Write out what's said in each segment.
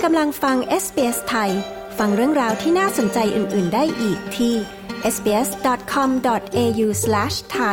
กำลังฟัง SBS ไทยฟังเรื่องราวที่น่าสนใจอื่นๆได้อีกที่ sbs.com.au/thai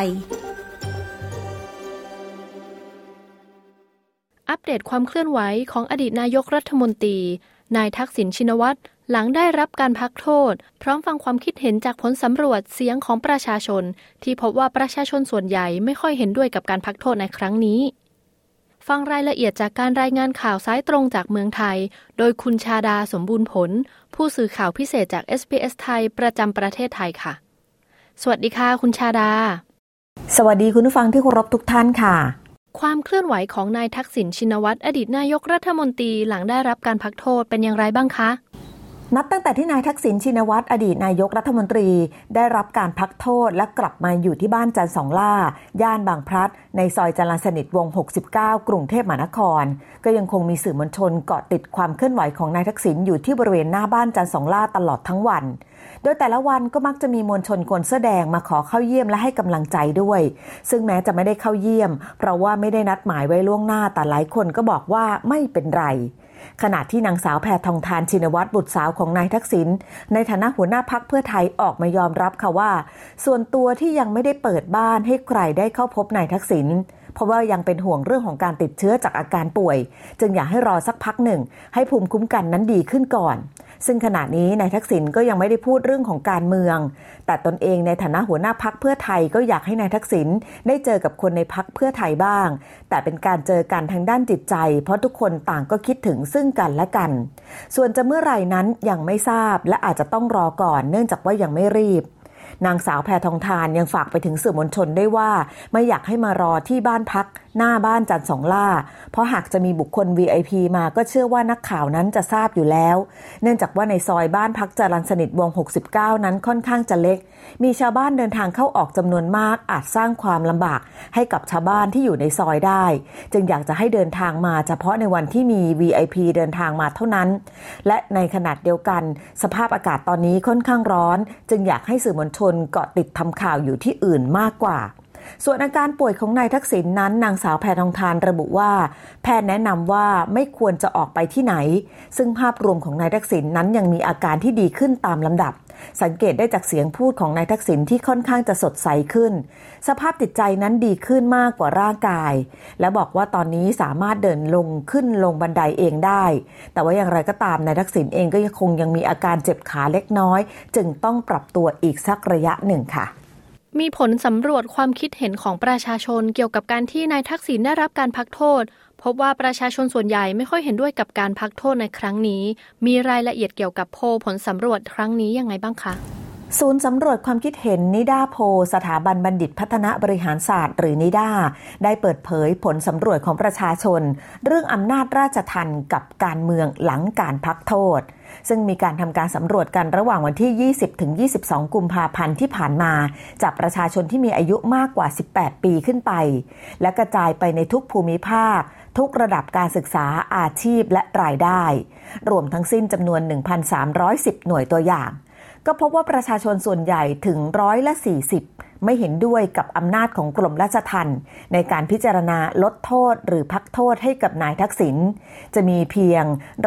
อัปเดตความเคลื่อนไหวของอดีตนายกรัฐมนตรีนายทักษิณชินวัตรหลังได้รับการพักโทษพร้อมฟังความคิดเห็นจากผลสำรวจเสียงของประชาชนที่พบว่าประชาชนส่วนใหญ่ไม่ค่อยเห็นด้วยกับการพักโทษในครั้งนี้ฟังรายละเอียดจากการรายงานข่าวสายตรงจากเมืองไทยโดยคุณชาดาสมบูรณ์ผลผู้สื่อข่าวพิเศษจาก SBS ไทยประจำประเทศไทยค่ะสวัสดีค่ะคุณชาดาสวัสดีคุณผู้ฟังที่เคารพทุกท่านค่ะความเคลื่อนไหวของนายทักษิณชินวัตรอดีตนายกรัฐมนตรีหลังได้รับการพักโทษเป็นอย่างไรบ้างคะนับตั้งแต่ที่นายทักษิณชินวัตรอดีตนายกรัฐมนตรีได้รับการพักโทษและกลับมาอยู่ที่บ้านจันทร์สองล่าย่านบางพลัดในซอยจรัญสนิทวงศ์69กรุงเทพมหานครก็ยังคงมีสื่อมวลชนเกาะติดความเคลื่อนไหวของนายทักษิณอยู่ที่บริเวณหน้าบ้านจันทร์สองล่าตลอดทั้งวันโดยแต่ละวันก็มักจะมีมวลชนคนเสื้อแดงมาขอเข้าเยี่ยมและให้กำลังใจด้วยซึ่งแม้จะไม่ได้เข้าเยี่ยมเพราะว่าไม่ได้นัดหมายไว้ล่วงหน้าแต่หลายคนก็บอกว่าไม่เป็นไรขณะที่นางสาวแพทองธารชินวัตรบุตรสาวของนายทักษิณในฐานะหัวหน้าพรรคเพื่อไทยออกมายอมรับค่ะว่าส่วนตัวที่ยังไม่ได้เปิดบ้านให้ใครได้เข้าพบนายทักษิณเพราะว่ายังเป็นห่วงเรื่องของการติดเชื้อจากอาการป่วยจึงอยากให้รอสักพักหนึ่งให้ภูมิคุ้มกันนั้นดีขึ้นก่อนซึ่งขณะนี้นายทักษิณก็ยังไม่ได้พูดเรื่องของการเมืองแต่ตนเองในฐานะหัวหน้าพรรคเพื่อไทยก็อยากให้นายทักษิณได้เจอกับคนในพรรคเพื่อไทยบ้างแต่เป็นการเจอกันทางด้านจิตใจเพราะทุกคนต่างก็คิดถึงซึ่งกันและกันส่วนจะเมื่อไหร่นั้นยังไม่ทราบและอาจจะต้องรอก่อนเนื่องจากว่ายังไม่รีบนางสาวแพทองธารยังฝากไปถึงสื่อมวลชนได้ว่าไม่อยากให้มารอที่บ้านพักหน้าบ้านจันทร์สองล่าเพราะหากจะมีบุคคล VIP มาก็เชื่อว่านักข่าวนั้นจะทราบอยู่แล้วเนื่องจากว่าในซอยบ้านพักจรัญสนิทวงศ์69นั้นค่อนข้างจะเล็กมีชาวบ้านเดินทางเข้าออกจำนวนมากอาจสร้างความลำบากให้กับชาวบ้านที่อยู่ในซอยได้จึงอยากจะให้เดินทางมาเฉพาะในวันที่มี VIP เดินทางมาเท่านั้นและในขณะเดียวกันสภาพอากาศตอนนี้ค่อนข้างร้อนจึงอยากให้สื่อมวลชนเกาะติดทำข่าวอยู่ที่อื่นมากกว่าส่วนอาการป่วยของนายทักษิณนั้นนางสาวแพทองธารระบุว่าแพทย์แนะนำว่าไม่ควรจะออกไปที่ไหนซึ่งภาพรวมของนายทักษิณนั้นยังมีอาการที่ดีขึ้นตามลำดับสังเกตได้จากเสียงพูดของนายทักษิณที่ค่อนข้างจะสดใสขึ้นสภาพจิตใจนั้นดีขึ้นมากกว่าร่างกายและบอกว่าตอนนี้สามารถเดินลงขึ้นลงบันไดเองได้แต่ว่าอย่างไรก็ตามนายทักษิณเองก็ยังมีอาการเจ็บขาเล็กน้อยจึงต้องปรับตัวอีกสักระยะหนึ่งค่ะมีผลสำรวจความคิดเห็นของประชาชนเกี่ยวกับการที่นายทักษิณได้รับการพักโทษพบว่าประชาชนส่วนใหญ่ไม่ค่อยเห็นด้วยกับการพักโทษในครั้งนี้มีรายละเอียดเกี่ยวกับโพลผลสำรวจครั้งนี้ยังไงบ้างคะศูนย์สำรวจความคิดเห็นนิด้าโพลสถาบันบัณฑิตพัฒนาบริหารศาสตร์หรือนิด้าได้เปิดเผยผลสำรวจของประชาชนเรื่องอำนาจราชทัณฑ์กับการเมืองหลังการพักโทษซึ่งมีการทำการสำรวจกันระหว่างวันที่ 20-22 กุมภาพันธ์ที่ผ่านมาจากประชาชนที่มีอายุมากกว่า 18 ปีขึ้นไปและกระจายไปในทุกภูมิภาคทุกระดับการศึกษาอาชีพและรายได้รวมทั้งสิ้นจำนวน 1,310 หน่วยตัวอย่างก็พบว่าประชาชนส่วนใหญ่ถึง40%ไม่เห็นด้วยกับอำนาจของกรมราชทัณฑ์ในการพิจารณาลดโทษหรือพักโทษให้กับนายทักษิณจะมีเพียง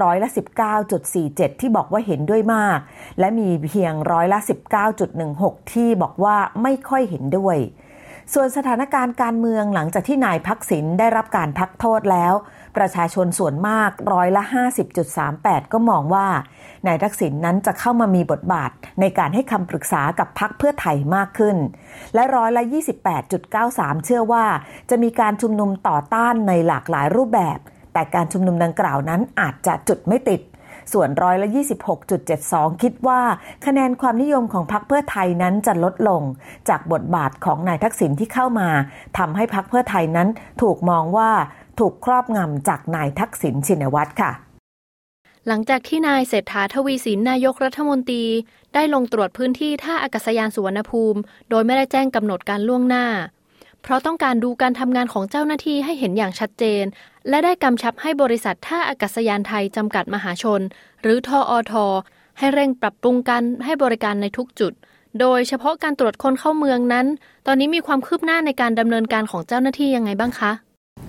19.47%ที่บอกว่าเห็นด้วยมากและมีเพียง19.16%ที่บอกว่าไม่ค่อยเห็นด้วยส่วนสถานการณ์การเมืองหลังจากที่นายทักษิณได้รับการพักโทษแล้วประชาชนส่วนมาก50.38%ก็มองว่านายทักษิณนั้นจะเข้ามามีบทบาทในการให้คำปรึกษากับพรรคเพื่อไทยมากขึ้นและ28.93%เชื่อว่าจะมีการชุมนุมต่อต้านในหลากหลายรูปแบบแต่การชุมนุมดังกล่าวนั้นอาจจะจุดไม่ติดส่วน26.72%คิดว่าคะแนนความนิยมของพรรคเพื่อไทยนั้นจะลดลงจากบทบาทของนายทักษิณที่เข้ามาทำให้พรรคเพื่อไทยนั้นถูกมองว่าถูกครอบงำจากนายทักษิณชินวัตรค่ะหลังจากที่นายเศรษฐาทวีสินนายกรัฐมนตรีได้ลงตรวจพื้นที่ท่าอากาศยานสุวรรณภูมิโดยไม่ได้แจ้งกำหนดการล่วงหน้าเพราะต้องการดูการทำงานของเจ้าหน้าที่ให้เห็นอย่างชัดเจนและได้กำชับให้บริษัทท่าอากาศยานไทยจำกัดมหาชนหรือทอท.ให้เร่งปรับปรุงการให้บริการในทุกจุดโดยเฉพาะการตรวจคนเข้าเมืองนั้นตอนนี้มีความคืบหน้าในการดำเนินการของเจ้าหน้าที่ยังไงบ้างคะ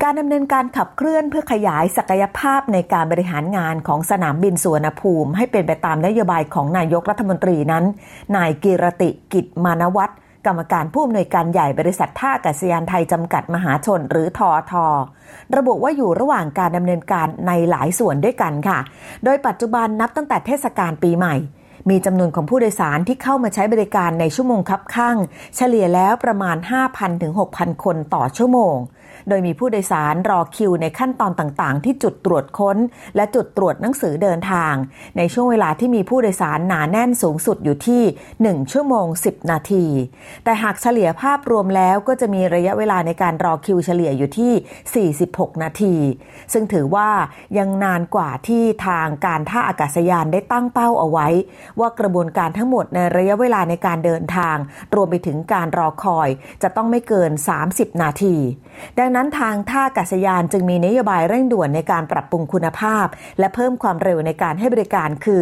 การดำเนินการขับเคลื่อนเพื่อขยายศักยภาพในการบริหารงานของสนามบินสุวรรณภูมิให้เป็นไปตามนโยบายของนายกรัฐมนตรีนั้นนายกิรติ กิจมานวัฒน์กรรมการผู้อำนวยการใหญ่บริษัทท่าอากาศยานไทยจำกัดมหาชนหรือทอทระบุว่าอยู่ระหว่างการดำเนินการในหลายส่วนด้วยกันค่ะโดยปัจจุบันนับตั้งแต่เทศกาลปีใหม่มีจำนวนของผู้โดยสารที่เข้ามาใช้บริการในชั่วโมงคับข้างเฉลี่ยแล้วประมาณ 5,000 ถึง 6,000 คนต่อชั่วโมงโดยมีผู้โดยสารรอคิวในขั้นตอนต่างๆที่จุดตรวจค้นและจุดตรวจหนังสือเดินทางในช่วงเวลาที่มีผู้โดยสารหนาแน่นสูงสุดอยู่ที่1ชั่วโมง10นาทีแต่หากเฉลี่ยภาพรวมแล้วก็จะมีระยะเวลาในการรอคิวเฉลี่ยอยู่ที่46นาทีซึ่งถือว่ายังนานกว่าที่ทางการท่าอากาศยานได้ตั้งเป้าเอาไว้ว่ากระบวนการทั้งหมดในระยะเวลาในการเดินทางรวมไปถึงการรอคอยจะต้องไม่เกิน30นาทีดังนั้นทางท่าอากาศยานจึงมีนโยบายเร่งด่วนในการปรับปรุงคุณภาพและเพิ่มความเร็วในการให้บริการคือ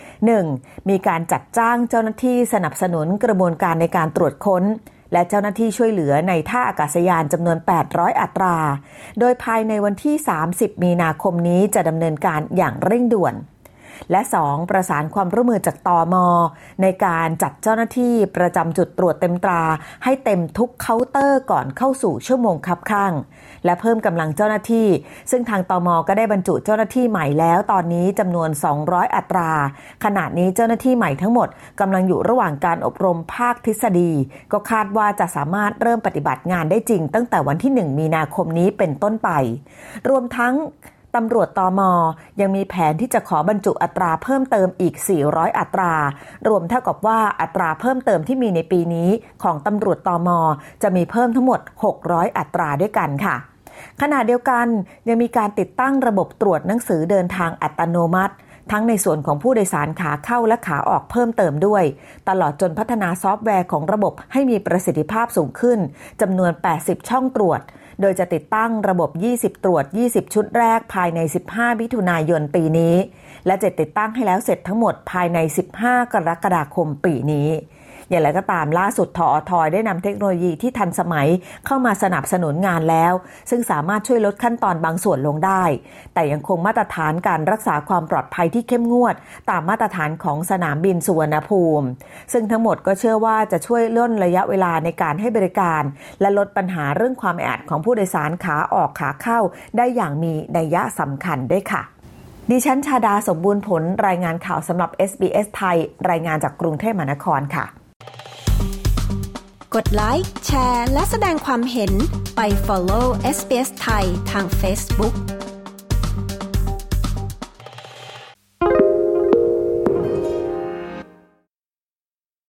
1. มีการจัดจ้างเจ้าหน้าที่สนับสนุนกระบวนการในการตรวจค้นและเจ้าหน้าที่ช่วยเหลือในท่าอากาศยานจำนวน800อัตราโดยภายในวันที่30มีนาคมนี้จะดำเนินการอย่างเร่งด่วนและ 2. ประสานความร่วมมือจากตม.ในการจัดเจ้าหน้าที่ประจำจุดตรวจเต็มตราให้เต็มทุกเคาน์เตอร์ก่อนเข้าสู่ชั่วโมงคับข้างและเพิ่มกำลังเจ้าหน้าที่ซึ่งทางตม.ก็ได้บรรจุเจ้าหน้าที่ใหม่แล้วตอนนี้จำนวน200อัตราขณะนี้เจ้าหน้าที่ใหม่ทั้งหมดกำลังอยู่ระหว่างการอบรมภาคทฤษฎีก็คาดว่าจะสามารถเริ่มปฏิบัติงานได้จริงตั้งแต่วันที่1มีนาคมนี้เป็นต้นไปรวมทั้งตำรวจตม.ยังมีแผนที่จะขอบรรจุอัตราเพิ่มเติมอีก400อัตรารวมเท่ากับว่าอัตราเพิ่มเติมที่มีในปีนี้ของตำรวจตม.จะมีเพิ่มทั้งหมด600อัตราด้วยกันค่ะขณะเดียวกันยังมีการติดตั้งระบบตรวจหนังสือเดินทางอัตโนมัติทั้งในส่วนของผู้โดยสารขาเข้าและขาออกเพิ่มเติมด้วยตลอดจนพัฒนาซอฟต์แวร์ของระบบให้มีประสิทธิภาพสูงขึ้นจำนวน80ช่องตรวจโดยจะติดตั้งระบบ20ตรวจ20ชุดแรกภายใน15มิถุนายนปีนี้และจะติดตั้งให้แล้วเสร็จทั้งหมดภายใน15กรกฎาคมปีนี้อย่างไรก็ตามล่าสุดทอทได้นำเทคโนโลยีที่ทันสมัยเข้ามาสนับสนุนงานแล้วซึ่งสามารถช่วยลดขั้นตอนบางส่วนลงได้แต่ยังคงมาตรฐานการรักษาความปลอดภัยที่เข้มงวดตามมาตรฐานของสนามบินสุวรรณภูมิซึ่งทั้งหมดก็เชื่อว่าจะช่วยล่นระยะเวลาในการให้บริการและลดปัญหาเรื่องความแออัดของผู้โดยสารขาออกขาเข้าได้อย่างมีนัยสำคัญด้วยค่ะดิฉันชาดาสมบูรณ์ผลรายงานข่าวสำหรับ SBS ไทยรายงานจากกรุงเทพมหานครค่ะกดไลค์แชร์และแสดงความเห็นไป follow SBS ไทยทาง Facebook